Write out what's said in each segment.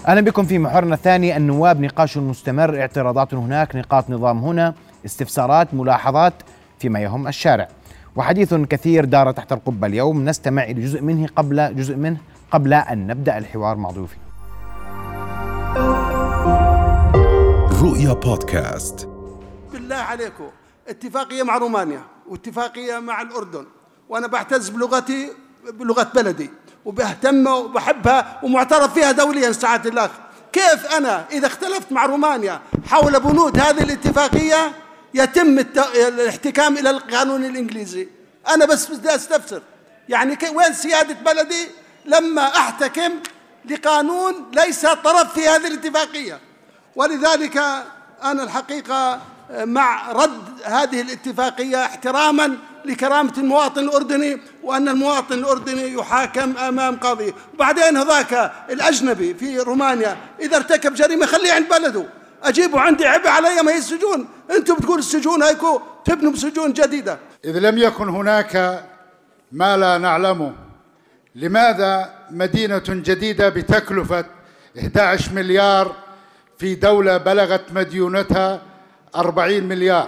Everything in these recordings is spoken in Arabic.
أهلا بكم في محورنا الثاني. النواب نقاش مستمر، اعتراضات هناك، نقاط نظام هنا، استفسارات، ملاحظات فيما يهم الشارع، وحديث كثير دار تحت القبة اليوم. نستمع إلى جزء منه قبل أن نبدأ الحوار مع ضيوفي. رؤيا بودكاست. بالله عليكم، اتفاقية مع رومانيا واتفاقية مع الأردن، وأنا بعتز بلغتي، بلغة بلدي، وبهتم وبحبها ومعترف فيها دوليا سعادة الأخ. كيف أنا إذا اختلفت مع رومانيا حول بنود هذه الاتفاقية يتم الاحتكام إلى القانون الإنجليزي؟ أنا بس بدي أستفسر، يعني وين سيادة بلدي لما أحتكم لقانون ليس طرف في هذه الاتفاقية؟ ولذلك أنا الحقيقة مع رد هذه الاتفاقية احتراما لكرامة المواطن الأردني، وأن المواطن الأردني يحاكم أمام قاضي. وبعدين هذاك الأجنبي في رومانيا إذا ارتكب جريمة خليه عند بلده، أجيبه عندي عبء علي ما هي السجون. أنتم بتقول السجون هيكو تبنوا بسجون جديدة. إذ لم يكن هناك ما لا نعلمه، لماذا مدينة جديدة بتكلفة 11 مليار في دولة بلغت مديونتها 40 مليار؟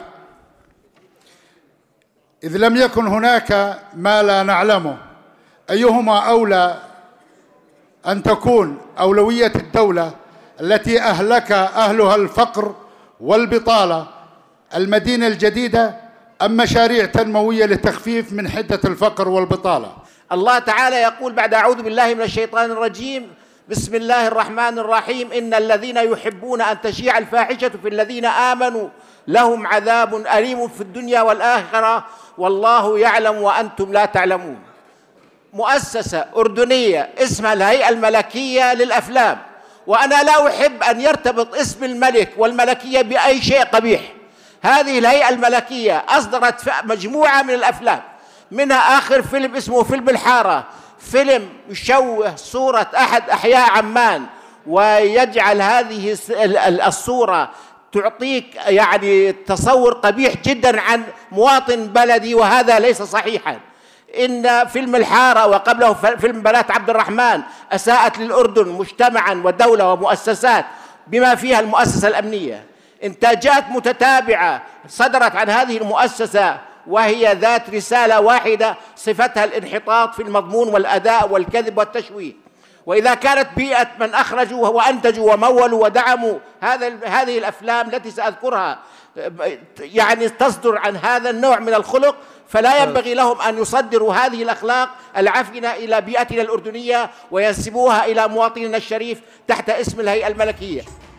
إذ لم يكن هناك ما لا نعلمه، أيهما أولى أن تكون أولوية الدولة التي أهلك أهلها الفقر والبطالة، المدينة الجديدة أم مشاريع تنموية لتخفيف من حدة الفقر والبطالة؟ الله تعالى يقول بعد أعوذ بالله من الشيطان الرجيم، بسم الله الرحمن الرحيم: إن الذين يحبون أن تشيع الفاحشة في الذين آمنوا لهم عذاب أليم في الدنيا والآخرة والله يعلم وأنتم لا تعلمون. مؤسسة أردنية اسمها الهيئة الملكية للأفلام، وأنا لا أحب أن يرتبط اسم الملك والملكية بأي شيء قبيح. هذه الهيئة الملكية أصدرت مجموعة من الأفلام، منها آخر فيلم اسمه فيلم الحارة، فيلم يشوه صورة أحد أحياء عمان ويجعل هذه الصورة تعطيك يعني تصور قبيح جدا عن مواطن بلدي، وهذا ليس صحيحا. إن فيلم الحارة وقبله فيلم بنات عبد الرحمن أساءت للأردن مجتمعا ودولة ومؤسسات بما فيها المؤسسة الأمنية. إنتاجات متتابعة صدرت عن هذه المؤسسة وهي ذات رسالة واحدة صفتها الانحطاط في المضمون والأداء والكذب والتشويه. وإذا كانت بيئة من أخرجوا وأنتجوا ومولوا ودعموا هذه الأفلام التي سأذكرها يعني تصدر عن هذا النوع من الخلق، فلا ينبغي لهم أن يصدروا هذه الأخلاق العفنة إلى بيئتنا الأردنية وينسبوها إلى مواطننا الشريف تحت اسم الهيئة الملكية.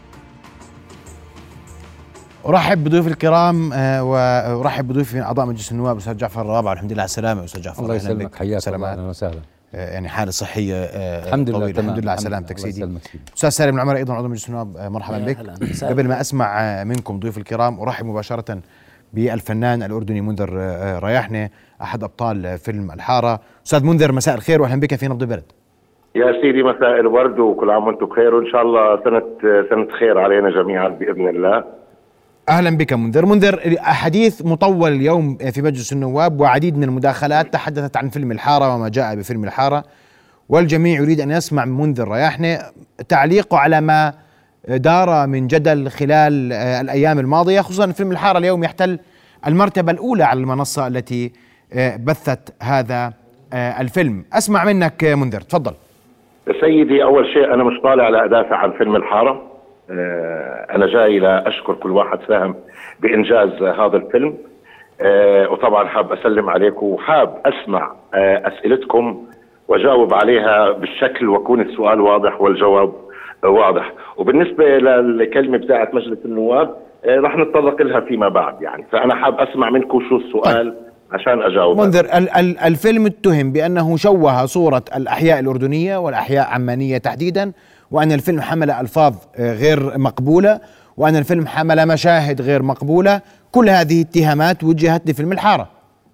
أرحب بضيوف الكرام وأرحب بضيوفي من أعضاء مجلس النواب الأستاذ جعفر الرابع. الحمد لله على السلامة أستاذ جعفر. الله يسلمك، حياك الله، أهلا وسهلا. يعني حالة صحية الحمد لله، الحمد لله على سلامتك سيدي. أستاذ سالم العمري أيضا عضو مجلس النواب، مرحبا بك. قبل ما أسمع منكم ضيوف الكرام أرحب مباشرة بالفنان الأردني منذر رياحنة، أحد أبطال فيلم الحارة. أستاذ منذر مساء الخير وأهلا بك في نبض البلد. يا سيدي مساء الورد وكل عام وانتم بخير، وإن شاء الله سنة خير علينا جميعا بإذن الله. أهلا بك منذر. حديث مطول اليوم في مجلس النواب وعديد من المداخلات تحدثت عن فيلم الحارة وما جاء بفيلم الحارة، والجميع يريد أن يسمع من منذر رياحنة تعليقه على ما دار من جدل خلال الأيام الماضية، خصوصا فيلم الحارة اليوم يحتل المرتبة الأولى على المنصة التي بثت هذا الفيلم. أسمع منك منذر، تفضل. سيدي، أول شيء أنا مش طالع لأدافع عن فيلم الحارة، أنا جاي لأشكر كل واحد ساهم بإنجاز هذا الفيلم، وطبعا حاب أسلم عليكم وحاب أسمع أسئلتكم وجاوب عليها بالشكل ويكون السؤال واضح والجواب واضح. وبالنسبة للكلمة بتاعت مجلس النواب رح نتطرق لها فيما بعد، يعني فأنا حاب أسمع منكم شو السؤال عشان أجاوب. منذر، الفيلم اتهم بأنه شوه صورة الأحياء الأردنية والأحياء عمانية تحديدا، وأن الفيلم حمل ألفاظ غير مقبولة، وأن الفيلم حمل مشاهد غير مقبولة. كل هذه اتهامات وجهت لفيلم الحارة.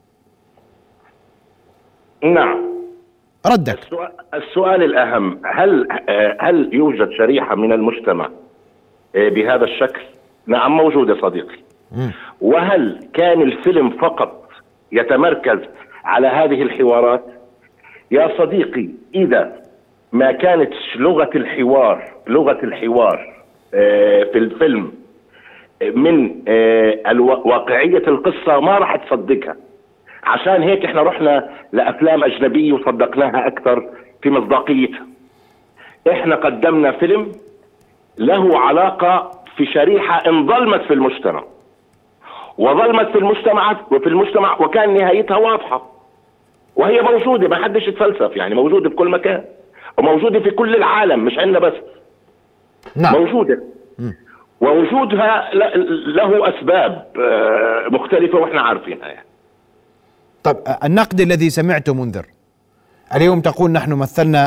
نعم. ردك. السؤال الأهم، هل يوجد شريحة من المجتمع بهذا الشكل؟ نعم موجودة صديقي. وهل كان الفيلم فقط يتمركز على هذه الحوارات؟ يا صديقي، إذا ما كانت لغة الحوار لغة الحوار في الفيلم من واقعية القصة ما راح تصدقها. عشان هيك احنا رحنا لأفلام أجنبية وصدقناها أكثر في مصداقيتها. احنا قدمنا فيلم له علاقة في شريحة انظلمت في المجتمع، وظلمت في المجتمع وكان نهايتها واضحة، وهي موجودة، ما حدش يتفلسف، يعني موجودة بكل مكان وموجودة في كل العالم، مش عندنا بس. نعم. موجودة. ووجودها له أسباب مختلفة وإحنا عارفينها يعني. طب النقد الذي سمعته منذر اليوم، تقول نحن مثلنا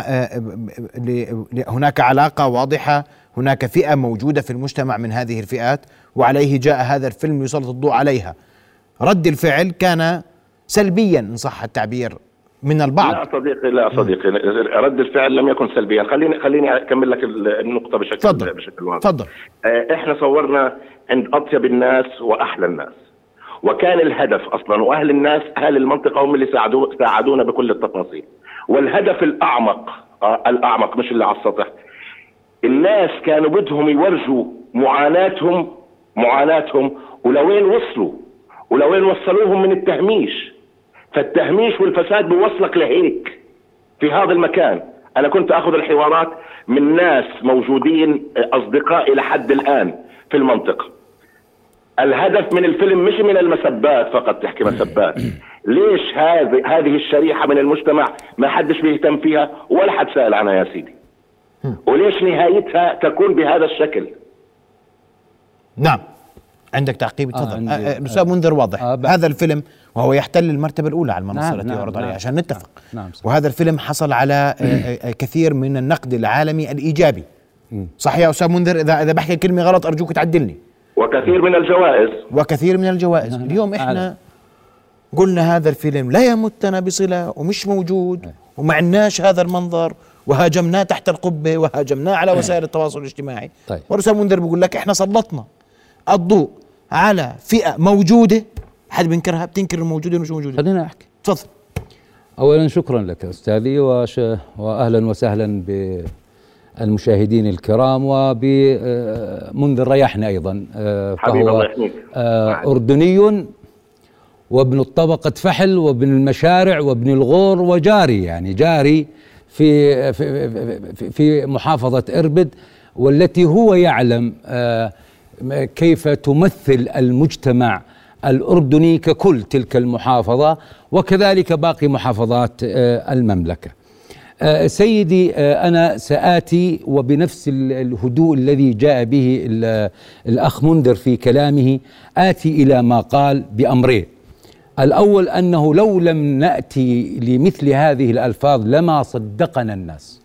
هناك علاقة واضحة، هناك فئة موجودة في المجتمع من هذه الفئات، وعليه جاء هذا الفيلم ليسلط الضوء عليها. رد الفعل كان سلبيا إن صح التعبير من البعض. لا صديقي رد الفعل لم يكن سلبيا. خليني اكمل لك النقطه بشكل واضح. تفضل. احنا صورنا عند اطيب الناس واحلى الناس، وكان الهدف اصلا، واهل الناس اهل المنطقه هم اللي ساعدونا بكل التفاصيل. والهدف الاعمق مش اللي على السطح. الناس كانوا بدهم يورجوا معاناتهم ولوين وصلوا، ولوين وصلوهم من التهميش. فالتهميش والفساد بيوصلك لهيك في هذا المكان. انا كنت اخذ الحوارات من ناس موجودين اصدقائي لحد الان في المنطقة. الهدف من الفيلم مش من المسبات فقط، تحكي مسبات. ليش هذه الشريحة من المجتمع ما حدش بيهتم فيها ولا حد سأل عنها يا سيدي؟ وليش نهايتها تكون بهذا الشكل؟ نعم، عندك تعقيب؟ تفضل. الأستاذ منذر واضح. هذا الفيلم وهو يحتل المرتبة الأولى على المنصة التي يعرض عليها عشان نتفق. وهذا الفيلم حصل على كثير من النقد العالمي الإيجابي. صح يا أستاذ منذر؟ إذا بحكي كلمة غلط أرجوك تعدلني. وكثير من الجوائز. اليوم إحنا قلنا هذا الفيلم لا يمتنا بصلة ومش موجود وما عندناش هذا المنظر، وهاجمناه تحت القبة وهاجمناه على وسائل التواصل الاجتماعي. طيب. والأستاذ منذر بيقول لك إحنا سلطنا الضوء على فئة موجودة. حد بينكرها؟ بتنكر الموجودة ومش موجودة؟ خلينا أحكي. تفضل. أولا شكرا لك أستاذي، وأهلا وسهلا بالمشاهدين الكرام وبمنذر ريحنا أيضا. فهو أردني وابن الطبقة فحل وابن المشارع وابن الغور وجاري، يعني جاري في محافظة إربد، والتي هو يعلم كيف تمثل المجتمع الأردني ككل تلك المحافظة، وكذلك باقي محافظات المملكة. سيدي، أنا سآتي وبنفس الهدوء الذي جاء به الأخ منذر في كلامه، آتي إلى ما قال بأمرين. الأول أنه لو لم نأتي لمثل هذه الألفاظ لما صدقنا الناس،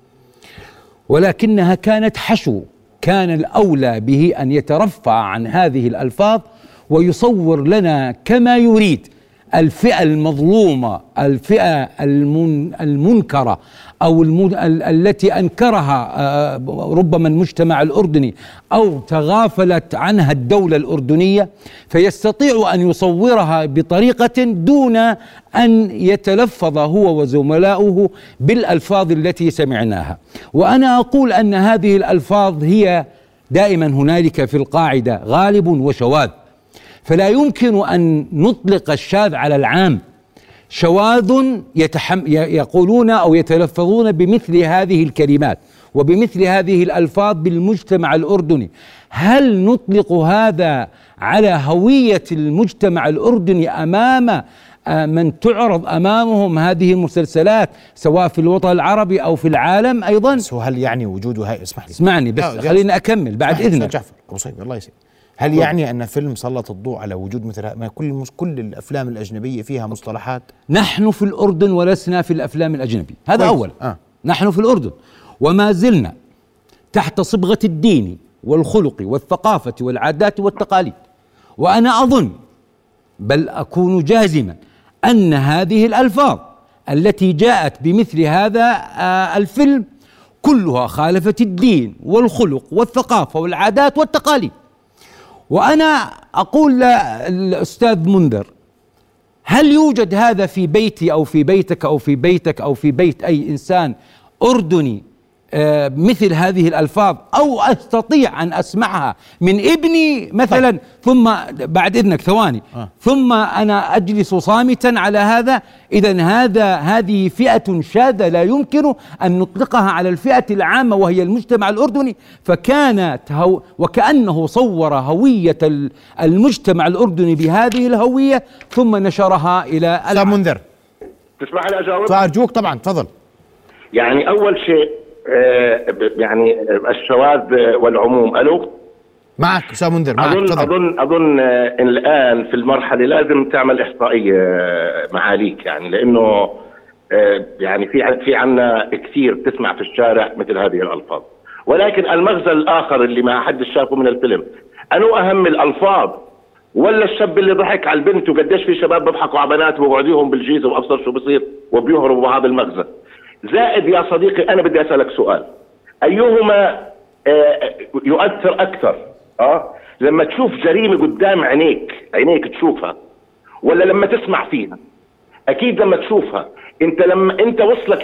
ولكنها كانت حشو. كان الأولى به أن يترفع عن هذه الألفاظ ويصور لنا كما يريد الفئة المظلومة، الفئة المنكرة أو التي أنكرها ربما المجتمع الأردني أو تغافلت عنها الدولة الأردنية، فيستطيع أن يصورها بطريقة دون أن يتلفظ هو وزملاؤه بالألفاظ التي سمعناها. وأنا أقول أن هذه الألفاظ هي دائما هنالك في القاعدة غالب وشواذ، فلا يمكن أن نطلق الشاذ على العام. شواذ يقولون أو يتلفظون بمثل هذه الكلمات وبمثل هذه الألفاظ بالمجتمع الأردني. هل نطلق هذا على هوية المجتمع الأردني أمام من تعرض أمامهم هذه المسلسلات سواء في الوطن العربي أو في العالم أيضا؟ هل يعني وجودها، اسمعني بس خليني أكمل بعد إذنك. جعفر أبو صيب الله يسلمك. هل يعني أن فيلم سلط الضوء على وجود مثل ما كل الأفلام الأجنبية فيها مصطلحات؟ نحن في الأردن ولسنا في الأفلام الأجنبية، هذا أول. نحن في الأردن وما زلنا تحت صبغة الدين والخلق والثقافة والعادات والتقاليد. وأنا أظن بل أكون جازما أن هذه الألفاظ التي جاءت بمثل هذا الفيلم كلها خالفت الدين والخلق والثقافة والعادات والتقاليد. وأنا أقول للأستاذ منذر، هل يوجد هذا في بيتي أو في بيتك أو في بيتك أو في بيت أي إنسان أردني مثل هذه الألفاظ أو أستطيع أن أسمعها من ابني مثلا، ثم بعد إذنك ثواني ثم أنا أجلس صامتا على هذا، إذن هذه فئة شاذة لا يمكن أن نطلقها على الفئة العامة وهي المجتمع الأردني. فكانت وكأنه صور هوية المجتمع الأردني بهذه الهوية ثم نشرها إلى أستاذ منذر تسمح لي أجاوب؟ فأرجوك طبعا تفضل. يعني أول شيء يعني الشواذ والعموم. ألو معك أستاذ منذر، معك تفضل. أظن إن الآن في المرحلة لازم تعمل إحصائية معاليك، يعني لأنه يعني في عنا كثير تسمع في الشارع مثل هذه الألفاظ، ولكن المغزى الآخر اللي ما حد شافه من الفيلم، أنو أهم الألفاظ ولا الشاب اللي ضحك على البنت؟ وقديش في شباب بيضحكوا على بنات وبقعديهم بالجيزة وأبصر شو بصير وبيهربوا هذا المغزى. زائد يا صديقي أنا بدي أسألك سؤال، أيهما يؤثر أكثر لما تشوف جريمة قدام عينيك تشوفها، ولا لما تسمع فيها؟ أكيد لما تشوفها. لما أنت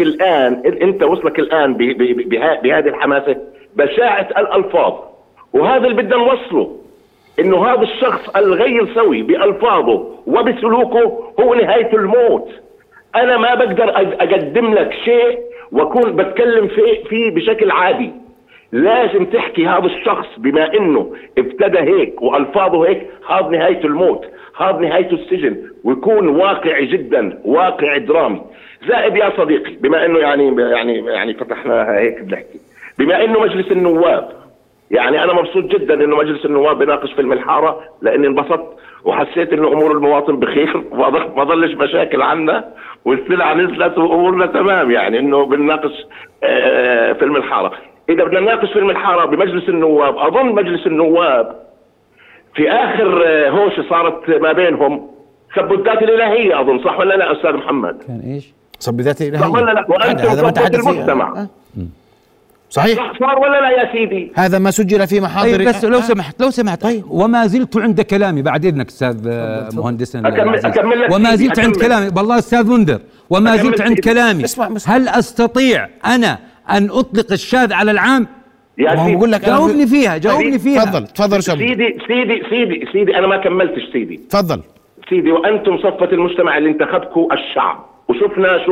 وصلك الآن بهذه الحماسة بشاعة الألفاظ، وهذا اللي بدنا نوصله، إنه هذا الشخص الغير سوي بألفاظه وبسلوكه هو نهاية الموت. أنا ما بقدر أقدم لك شيء وأكون بتكلم فيه بشكل عادي. لازم تحكي هذا الشخص بما إنه ابتدى هيك وألفاظه هيك، هذا نهاية الموت، هذا نهاية السجن، ويكون واقعي جدا، واقعي درامي. زائد يا صديقي بما إنه يعني فتحناها هيك بنحكي، بما إنه مجلس النواب، يعني أنا مبسوط جدا إنه مجلس النواب بيناقش فيلم الحارة، لأني انبسطت وحسيت إنه أمور المواطن بخير وما ظلش مشاكل عنا والسلعة نزلت وأمورنا تمام، يعني إنه بنناقش فيلم الحارة. إذا بدنا نناقش فيلم الحارة بمجلس النواب، أظن مجلس النواب في آخر هوشة صارت ما بينهم سب الذات الإلهية، أظن صح ولا لا أستاذ محمد؟ كان إيش؟ سب الذات الإلهية، صح ولا لا؟ هذا ما تحدث المجتمع صحيح، صار ولا لا يا سيدي؟ هذا ما سجل في محاضر. طيب بس لو سمحت طيب. وما زلت عند كلامي بعد إذنك أستاذ مهندسنا أكمل لك. وما زلت عند كلامي والله أستاذ منذر، وما زلت عند كلامي. هل أستطيع أنا أن أطلق الشاذ على العام؟ ما بقول لك جاوبني فيها. تفضل سيدي أنا ما كملتش سيدي. تفضل سيدي. وأنتم صفة المجتمع اللي انتخبكم الشعب، وشفنا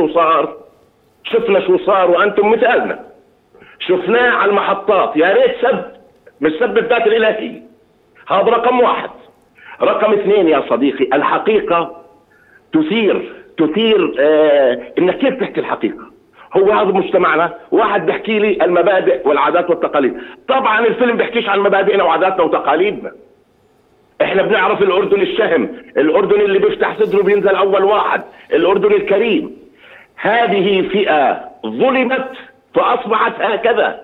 شو صار وأنتم مثالنا، شفناه على المحطات. يا ريت مش سب الذات الإلهية، هذا رقم واحد. رقم اثنين يا صديقي، الحقيقة تثير انك كيف تحكي الحقيقة. هو هذا مجتمعنا، واحد بيحكي لي المبادئ والعادات والتقاليد. طبعا الفيلم بيحكيش عن مبادئنا وعاداتنا وتقاليدنا. احنا بنعرف الاردن الشهم، الاردن اللي بيفتح صدره بينزل اول واحد، الاردن الكريم. هذه فئة ظلمت فاصبحت هكذا،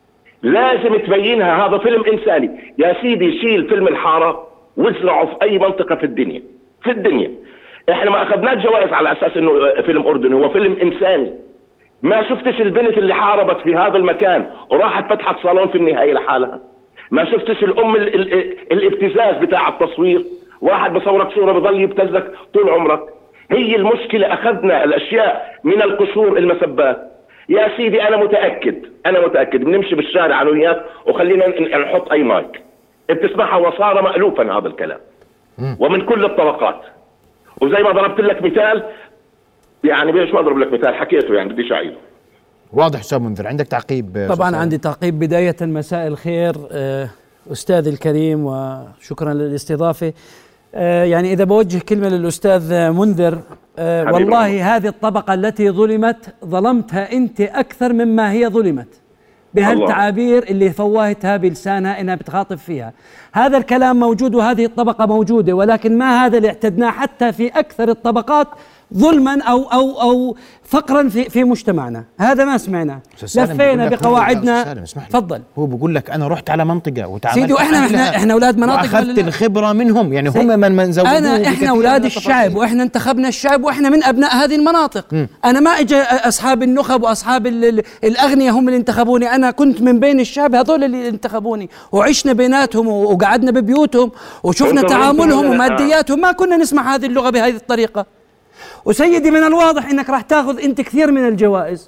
لازم تبينها. هذا فيلم انساني يا سيدي. شيل فيلم الحارة وازرعه في اي منطقة في الدنيا. احنا ما اخذناش جوائز على اساس انه فيلم اردني، هو فيلم انساني. ما شفتش البنت اللي حاربت في هذا المكان وراحت فتحت صالون في النهاية لحالها؟ ما شفتش الام الابتزاز بتاع التصوير، واحد بصورك صورة بظل يبتزك طول عمرك؟ هي المشكلة، اخذنا الاشياء من القشور المسبات. يا سيدي انا متأكد بنمشي بالشارع انا وياك وخلينا نحط اي مايك بتسمعها، وصار مألوفا هذا الكلام ومن كل الطبقات. وزي ما ضربت لك مثال، يعني ليش ما اضرب لك مثال حكيته، يعني بديش اعيده. واضح استاذ منذر. عندك تعقيب؟ طبعا عندي تعقيب. بداية مساء الخير أستاذي الكريم وشكرا للاستضافة. يعني إذا بوجه كلمة للأستاذ منذر، والله هذه الطبقة التي ظلمتها أنت أكثر مما هي ظلمت بهالتعابير اللي فوهتها بلسانها إنها بتخاطب فيها. هذا الكلام موجود وهذه الطبقة موجودة، ولكن ما هذا اللي اعتدناه حتى في أكثر الطبقات ظلما أو فقرا في مجتمعنا. هذا ما سمعنا، لفينا بقواعدنا. تفضل. هو بقول لك انا رحت على منطقه وتعاملت سيدي، واحنا اولاد مناطق، واخذت الخبره منهم، يعني هم من زودوه. احنا اولاد الشعب، واحنا انتخبنا الشعب، واحنا من ابناء هذه المناطق. انا ما اجى اصحاب النخب واصحاب الاغنياء هم اللي انتخبوني، انا كنت من بين الشعب، هذول اللي انتخبوني، وعشنا بيناتهم وقعدنا ببيوتهم وشفنا تعاملهم ومادياتهم. ما كنا نسمع هذه اللغه بهذه الطريقه. وسيدي من الواضح انك راح تاخذ انت كثير من الجوائز،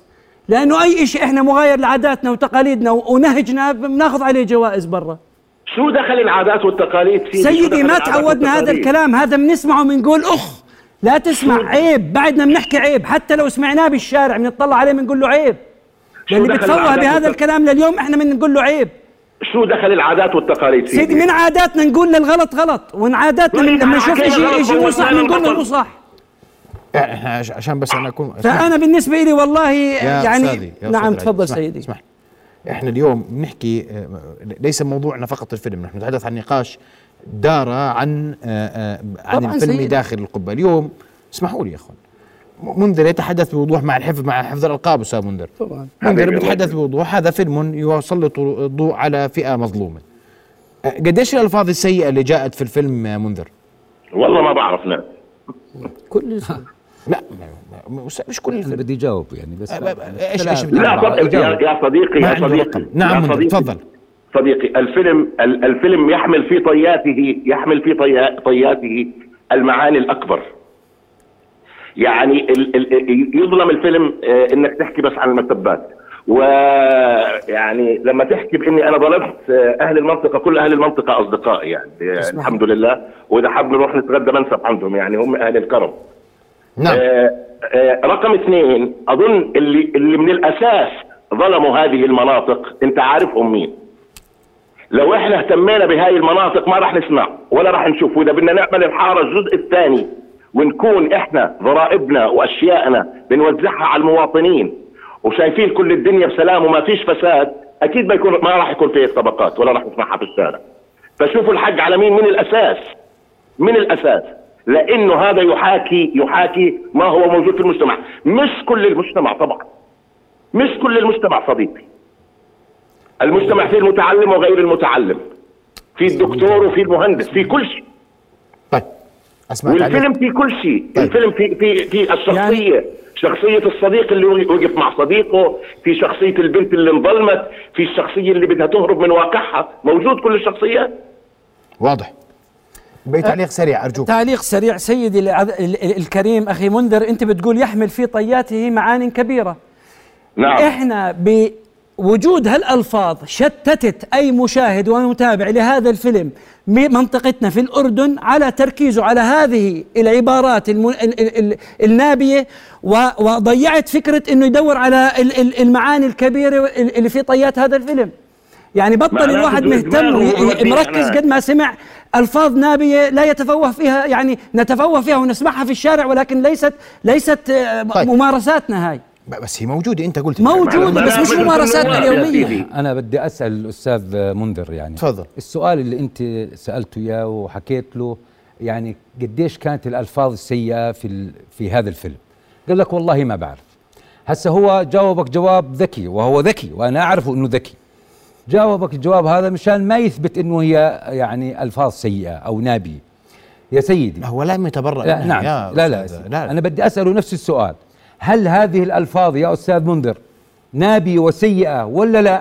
لانه اي شيء احنا مغاير لعاداتنا وتقاليدنا ونهجنا بناخذ عليه جوائز برا. شو دخل العادات والتقاليد فيه؟ سيدي ما تعودنا هذا الكلام، هذا بنسمعه بنقول اخ لا تسمع، عيب، بعدنا بنحكي عيب، حتى لو سمعناه بالشارع بنطلع عليه بنقول له عيب. اللي بتفوه بهذا الكلام لليوم احنا بنقول له عيب. شو دخل العادات والتقاليد فيه؟ سيدي من عاداتنا نقول للغلط غلط، ومن عاداتنا لما نشوف شيء مو صح بنقول له مو صح. عشان بس انا اكون، فانا بالنسبه لي والله يعني نعم تفضل سيدي. اسمح، احنا اليوم بنحكي ليس موضوعنا فقط الفيلم، نحن نتحدث عن نقاش دار عن الفيلم سيدي. داخل القبه. اليوم اسمحوا لي يا اخوان، منذر يتحدث بوضوح مع حفظ الالقاب. استاذ منذر طبعا منذر بيتحدث بوضوح، هذا فيلم يسلط الضوء على فئه مظلومه. قديش الالفاظ السيئه اللي جاءت في الفيلم منذر؟ والله ما بعرف ناس كل لا مش كل انا بدي اجاوب يعني بس ايش لا يا صديقي نعم منذر تفضل صديقي. الفيلم يحمل في طياته المعاني الأكبر. يعني يظلم الفيلم انك تحكي بس عن المسبات، ويعني لما تحكي باني انا ظلمت اهل المنطقه، كل اهل المنطقه اصدقائي يعني الحمد لله، واذا حاب نروح نتغدى منسف عندهم، يعني هم اهل الكرم. نعم. رقم 2 اظن اللي من الاساس ظلموا هذه المناطق، انت عارفهم مين. لو احنا اهتمينا بهاي المناطق ما راح نسمع ولا راح نشوف. واذا بدنا نعمل الحاره الجزء الثاني ونكون احنا ضرائبنا واشيائنا بنوزعها على المواطنين وشايفين كل الدنيا بسلام وما فيش فساد، اكيد ما راح يكون فيه طبقات ولا راح نسمعها في الشارع. فشوفوا الحق على مين من الاساس، لانه هذا يحاكي ما هو موجود في المجتمع. مش كل المجتمع طبعا، مش كل المجتمع صديقي. المجتمع فيه المتعلم وغير المتعلم، في الدكتور وفي المهندس، في كل شيء. طيب والفيلم في كل شيء. طيب. الفيلم في الشخصية يعني شخصية الصديق اللي وقف مع صديقه، في شخصية البنت اللي انظلمت، في الشخصية اللي بدها تهرب من واقعها، موجود كل الشخصيات. واضح. تعليق سريع أرجوك. تعليق سريع سيدي الكريم أخي منذر، أنت بتقول يحمل في طياته معان كبيرة. نعم. إحنا بوجود هالألفاظ شتتت أي مشاهد ومتابع لهذا الفيلم منطقتنا في الأردن على تركيزه على هذه العبارات النابية، وضيعت فكرة أنه يدور على المعاني الكبيرة اللي في طيات هذا الفيلم. يعني بطل الواحد مهتم مركز قد ما سمع ألفاظ نابية لا يتفوه فيها، يعني نتفوه فيها ونسمعها في الشارع، ولكن ليست طيب. ممارساتنا هاي. بس هي موجودة، أنت قلت موجودة بس مش ممارساتنا اليومية. أنا بدي أسأل الأستاذ منذر، يعني تفضل. السؤال اللي أنت سألته إياه وحكيت له، يعني قديش كانت الألفاظ السيئة في هذا الفيلم؟ قال لك والله ما بعرف. هسه هو جاوبك جواب ذكي، وهو ذكي وأنا أعرف إنه ذكي. جاوبك الجواب هذا مشان ما يثبت إنه هي يعني ألفاظ سيئة أو نابية. يا سيدي هو لا يتبرأ. لا نعم لا أنا بدي أسأله نفس السؤال، هل هذه الألفاظ يا أستاذ منذر نابية وسيئة ولا لا؟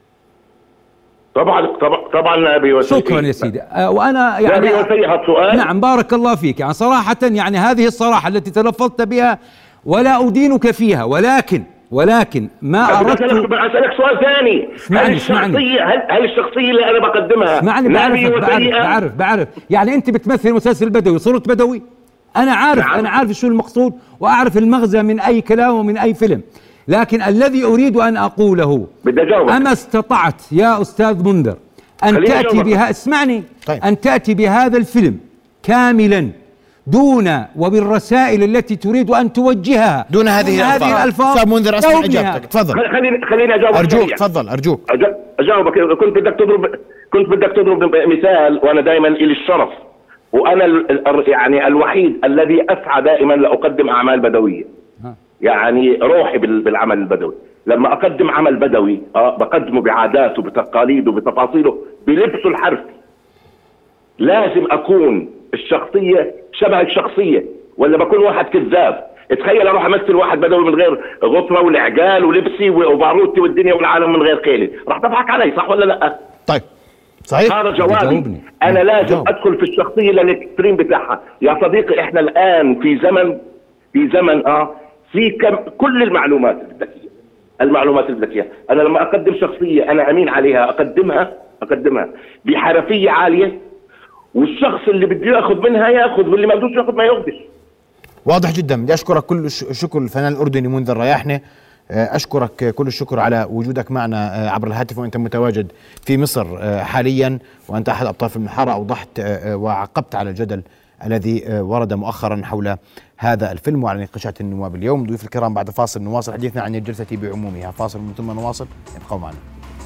طبعا نابية وسيئة. شكرا يا سيدي. وأنا يعني نابية وسيئة سؤال. نعم بارك الله فيك، يعني صراحة يعني هذه الصراحة التي تلفظت بها ولا أدينك فيها، ولكن ما أردت. أسألك سؤال ثاني. هل الشخصية اللي أنا بقدمها نابية وسيئة؟ بعرف يعني أنت بتمثل مسلسل بدوي، صرت بدوي. أنا عارف شو المقصود وأعرف المغزى من أي كلام ومن أي فيلم، لكن الذي أريد أن أقوله أما استطعت يا أستاذ منذر أن تأتي بها، اسمعني، طيب. أن تأتي بهذا الفيلم كاملا دون وبالرسائل التي تريد أن توجهها دون هذه الألفاظ. أستاذ منذر أسمع إجابتك، تفضل. خليني أجاوبك أرجوك، تفضل أرجوك. أجاوبك. كنت بدك تضرب مثال، وأنا دائما إلي الشرف، وأنا يعني الوحيد الذي أسعى دائما لأقدم أعمال بدوية. يعني روحي بالعمل البدوي. لما أقدم عمل بدوي بقدمه بعاداته بتقاليده بتفاصيله بلبسه الحرفي. لازم أكون الشخصية شبه الشخصية، ولا بكون واحد كذاب. تخيل أروح أمثل واحد بدوي من غير غطرة والعقال ولبسي وباروتي والدنيا والعالم من غير قيلي، راح تضحك علي صح ولا لا؟ طيب صحيح. هذا جوابي. أنا لازم أدخل في الشخصية للإكستريم بتاعها. يا صديقي إحنا الآن في زمن في كل المعلومات الذكية، المعلومات اللي بدك اياها. انا لما اقدم شخصيه انا امين عليها اقدمها بحرفيه عاليه، والشخص اللي بده ياخذ منها ياخذ، واللي ما بدوش ياخذ ما ياخذش. واضح جدا. بدي اشكرك كل الشكر الفنان الاردني منذر رياحنه. اشكرك كل الشكر على وجودك معنا عبر الهاتف وانت متواجد في مصر حاليا، وانت احد ابطال فيلم الحاره. اوضحت وعقبت على الجدل الذي ورد مؤخرا حول هذا الفيلم وعلى نقاشات النواب اليوم. ضيوف الكرام، بعد فاصل نواصل حديثنا عن الجلسه بعمومها. فاصل من ثم نواصل، ابقوا معنا.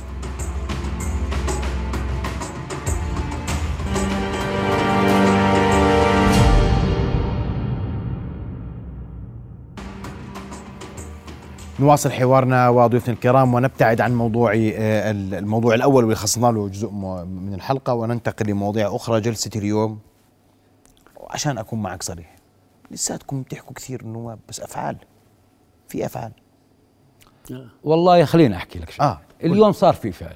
نواصل حوارنا وضيوفنا الكرام ونبتعد عن الموضوع الأول واللي خصصنا له جزء من الحلقة، وننتقل لمواضيع أخرى. جلسة اليوم، وعشان أكون معك صريح، لساتكم بتحكوا كثير النواب، بس أفعال، في أفعال. والله خليني أحكي لك شيء. اليوم صار في فعل.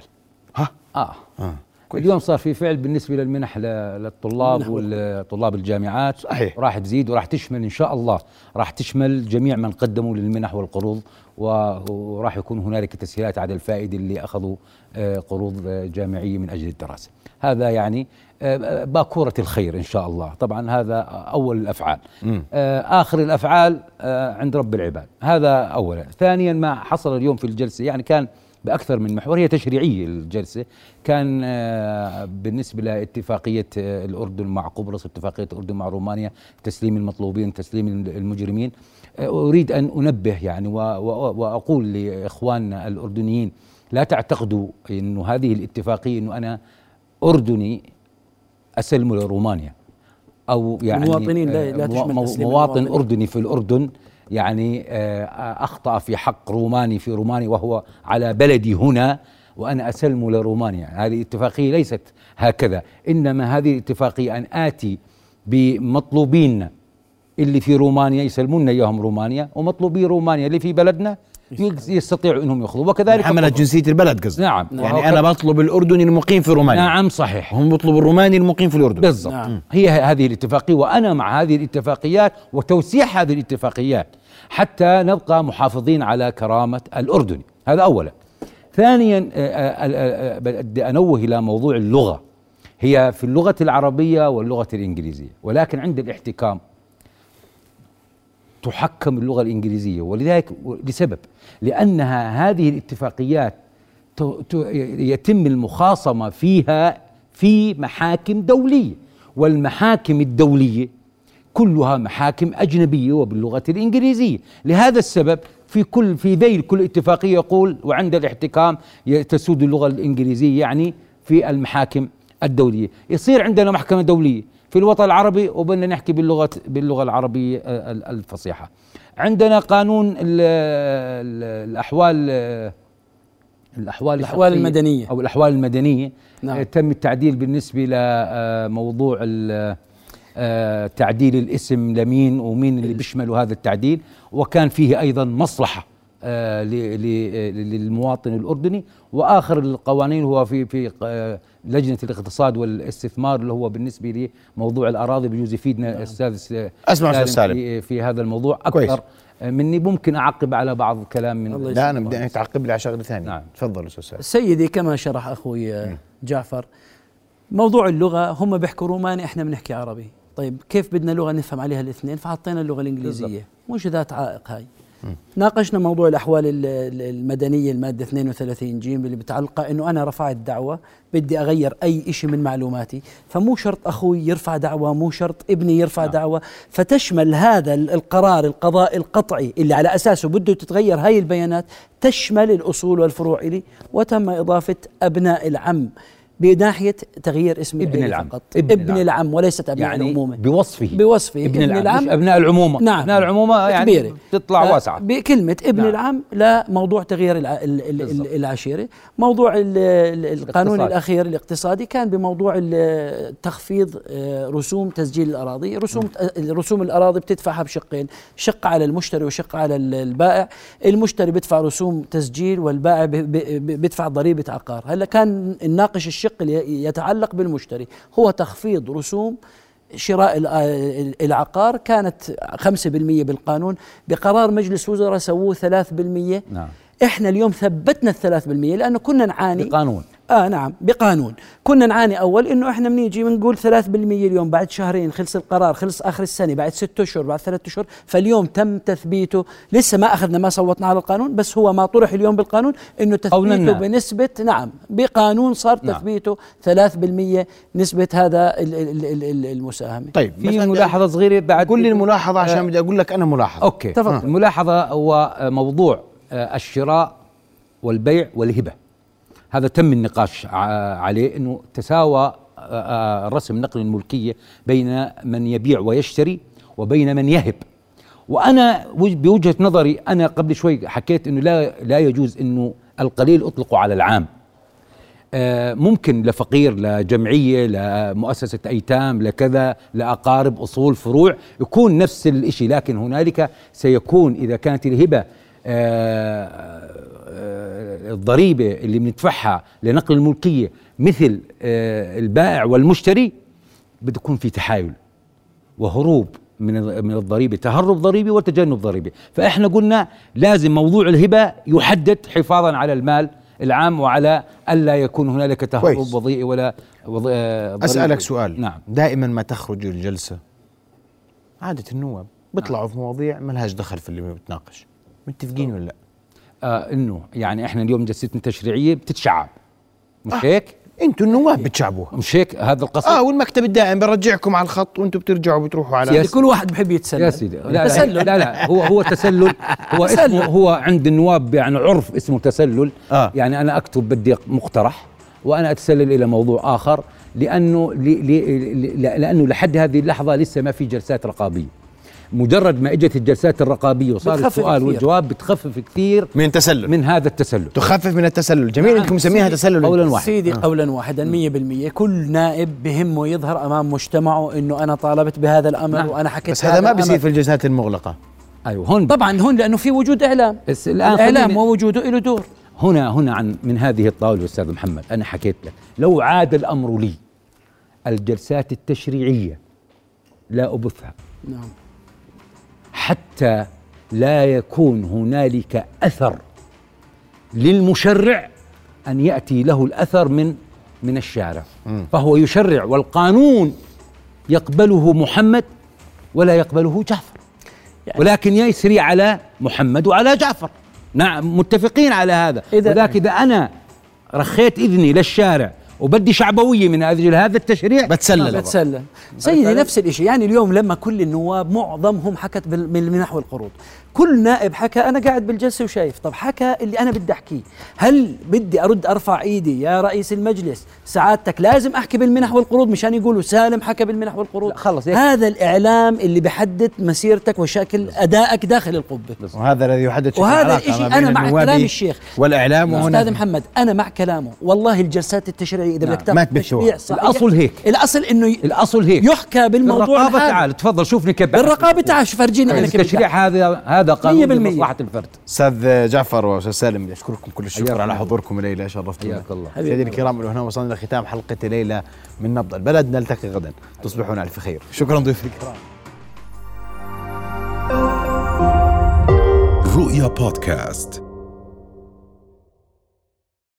اليوم صار في فعل بالنسبة للمنح للطلاب وطلاب الجامعات. صحيح. راح تزيد وراح تشمل إن شاء الله، راح تشمل جميع من قدموا للمنح والقروض، وراح يكون هنالك تسهيلات على الفائدة اللي أخذوا قروض جامعية من أجل الدراسة. هذا يعني باكورة الخير إن شاء الله. طبعا هذا أول الأفعال. آخر الأفعال عند رب العباد. هذا أولا. ثانيا، ما حصل اليوم في الجلسة يعني كان بأكثر من محور. هي تشريعية الجلسة. كان بالنسبة لاتفاقية الأردن مع قبرص، اتفاقية الأردن مع رومانيا، تسليم المطلوبين، تسليم المجرمين. أريد أن أنبه يعني وأقول لإخواننا الأردنيين، لا تعتقدوا أنه هذه الاتفاقية أنه أنا أردني أسلم لرومانيا، أو يعني المواطنين لا تشمل تسليم مواطن أردني في الأردن يعني أخطأ في حق روماني في رومانيا وهو على بلدي هنا وأنا أسلم لرومانيا. هذه الاتفاقية ليست هكذا، إنما هذه الاتفاقية أن آتي بمطلوبين اللي في رومانيا يسلمون إياهم رومانيا، ومطلوبي رومانيا اللي في بلدنا يستطيعوا انهم ياخذوا، وكذلك حملة جنسية البلد قصدي. نعم. يعني انا بطلب الاردني المقيم في رومانيا. نعم صحيح. هم بيطلبوا الروماني المقيم في الاردن. بالضبط. نعم. هي هذه الاتفاقية، وانا مع هذه الاتفاقيات وتوسيع هذه الاتفاقيات حتى نبقى محافظين على كرامة الاردني. هذا اولا. ثانيا، بدي انوه الى موضوع اللغة. هي في اللغة العربية واللغة الانجليزية، ولكن عند الاحتكام تحكم اللغة الإنجليزية، ولذلك لسبب لأنها هذه الاتفاقيات يتم المخاصمة فيها في محاكم دولية، والمحاكم الدولية كلها محاكم أجنبية وباللغة الإنجليزية. لهذا السبب في ذيل كل اتفاقية يقول وعند الاحتكام تسود اللغة الإنجليزية، يعني في المحاكم الدولية. يصير عندنا محكمة دولية في الوطن العربي وبدنا نحكي باللغة العربية الفصيحة. عندنا قانون الأحوال المدنية أو الأحوال المدنية. نعم. تم التعديل بالنسبة لموضوع تعديل الاسم لمين ومين اللي بيشملوا هذا التعديل، وكان فيه أيضا مصلحة للمواطن الأردني. وآخر القوانين هو في لجنة الاقتصاد والاستثمار اللي هو بالنسبة لموضوع الأراضي. بيجوز يفيدنا أستاذ سالم في هذا الموضوع أكثر كويس مني. ممكن أعقب على بعض الكلام من لا أنا بدي تعقب لي على شغلة ثانية. نعم. تفضل أستاذ سالم. سيدي، كما شرح أخوي جعفر، موضوع اللغة هم بيحكوا روماني، إحنا بنحكي عربي. طيب كيف بدنا لغة نفهم عليها الاثنين؟ فحطينا اللغة الإنجليزية بالضبط. مش ذات عائق هاي. ناقشنا موضوع الأحوال المدنية المادة 32 جيم اللي بتعلق إنه أنا رفعت دعوة بدي أغير أي شيء من معلوماتي، فمو شرط أخوي يرفع دعوة، مو شرط ابني يرفع دعوة، فتشمل هذا القرار القضائي القطعي اللي على أساسه بده تتغير هاي البيانات، تشمل الأصول والفروع إلي. وتم إضافة أبناء العم بناحية تغيير اسم ابن العم فقط. ابن العم وليست أبناء يعني العمومة. بوصفه ابن العم مش أبناء العمومة. نعم. أبناء العمومة يعني كبيرة. تطلع واسعة بكلمة ابن نعم. العم لموضوع تغيير العشيرة. موضوع القانون الأخير الاقتصادي كان بموضوع تخفيض رسوم تسجيل الأراضي. رسوم الأراضي بتدفعها بشقين، شق على المشتري وشق على البائع. المشتري بيدفع رسوم تسجيل والبائع بيدفع ضريبة عقار. هلا كان الناقش الشق اللي يتعلق بالمشتري هو تخفيض رسوم شراء العقار، كانت 5% بالقانون، بقرار مجلس وزراء سووه 3%. نعم. احنا اليوم ثبتنا 3% لانه كنا نعاني بقانون. نعم بقانون. كنا نعاني اول انه احنا بنيجي بنقول 3% اليوم، بعد شهرين خلص القرار، خلص اخر السنه، بعد 6 اشهر، بعد 3 اشهر، فاليوم تم تثبيته. لسه ما اخذنا، ما صوتنا على القانون، بس هو ما طرح اليوم بالقانون انه تثبيته بنسبه، نعم بقانون صار تثبيته 3% نسبه هذا المساهمه. طيب في ملاحظه صغيره بعد، قول لي الملاحظه عشان بدي اقول لك انا ملاحظه. اوكي تفضل. الملاحظه هو موضوع الشراء والبيع والهبه، هذا تم النقاش عليه، انه تساوى رسم نقل الملكيه بين من يبيع ويشتري وبين من يهب. وانا بوجهه نظري، انا قبل شوي حكيت انه لا يجوز انه القليل اطلقوا على العام. ممكن لفقير، لجمعيه، لمؤسسه ايتام، لكذا، لاقارب، اصول، فروع، يكون نفس الشيء، لكن هنالك سيكون اذا كانت الهبه الضريبة اللي بندفعها لنقل الملكية مثل البائع والمشتري، بده يكون في تحايل وهروب من الضريبة، تهرب ضريبي وتجنب ضريبي. فإحنا قلنا لازم موضوع الهبة يحدد حفاظا على المال العام وعلى ألا يكون هنالك تهرب وضيئي ولا أسألك سؤال. نعم. دائما ما تخرج الجلسة عادة النواب بيطلعوا في مواضيع ما لهاش دخل في اللي بتناقش، متفقين ولا لا؟ انه يعني احنا اليوم جلستنا تشريعيه بتتشعب، مش هيك؟ انتوا النواب بتشعبوها، مش هيك هذا القصد؟ والمكتب الدائم برجعكم على الخط وانتم بترجعوا بتروحوا على كل واحد بحب يتسلل يا سيدي. لا هو تسلل. هو اسمه، هو عند النواب يعني عرف اسمه تسلل. يعني انا اكتب بدي مقترح وانا اتسلل الى موضوع اخر، لانه لحد هذه اللحظه لسه ما في جلسات رقابيه. مجرد ما اجت الجلسات الرقابيه وصار السؤال والجواب بتخفف كثير من التسلل، من هذا التسلل، تخفف من التسلل. جميل انكم مسميها تسلل. قولا واحدا سيدي، قولا واحدا 100%. كل نائب بهمه يظهر امام مجتمعه انه انا طالبت بهذا الامر وانا حكيت، بس هذا ما بيصير في الجلسات المغلقه. ايوه هون طبعا، هون لانه في وجود اعلام، الاعلام ووجوده له دور. هنا من هذه الطاوله استاذ محمد، انا حكيت لك لو عاد الامر لي الجلسات التشريعيه لا ابثها. نعم. حتى لا يكون هنالك أثر للمشرع أن يأتي له الأثر من الشارع. فهو يشرع والقانون يقبله محمد ولا يقبله جعفر، ولكن يسري على محمد وعلى جعفر. نعم متفقين على هذا. ولكن إذا أنا رخيت إذني للشارع وبدي شعبوية من أجل هذا التشريع بتسلل. سيدي نفس الشيء. يعني اليوم لما كل النواب معظمهم حكت من نحو القروض، كل نائب حكى، أنا قاعد بالجلسة وشايف، طب حكى اللي أنا بدي أحكيه، هل بدي أرد أرفع إيدي يا رئيس المجلس سعادتك لازم أحكي بالمنح والقروض مشان يقولوا سالم حكى بالمنح والقروض؟ خلص هذا الإعلام اللي بحدد مسيرتك وشكل أدائك داخل القبة، وهذا الذي يحدد. وهذا الشيء أنا مع كلام الشيخ والإعلام. أستاذ محمد أنا مع كلامه، والله الجلسات التشريعية إذا بدك تاخذ تشريع الأصل هيك، الأصل هيك يحكى بالموضوع. تعال تفضل شوفني كيف بالرقابة. تعال فرجيني أنا كيف التشريع هذا قانون لمصلحة الفرد. أستاذ جعفر وأستاذ سالم، أشكركم كل الشكر على حضوركم الليلة، شرفتونا. سيدي الكرام، وهنا وصلنا لختام حلقة الليلة من نبض البلد. نلتقي غدا، تصبحون على خير. شكرا ضيوفي الكرام. رؤيا بودكاست.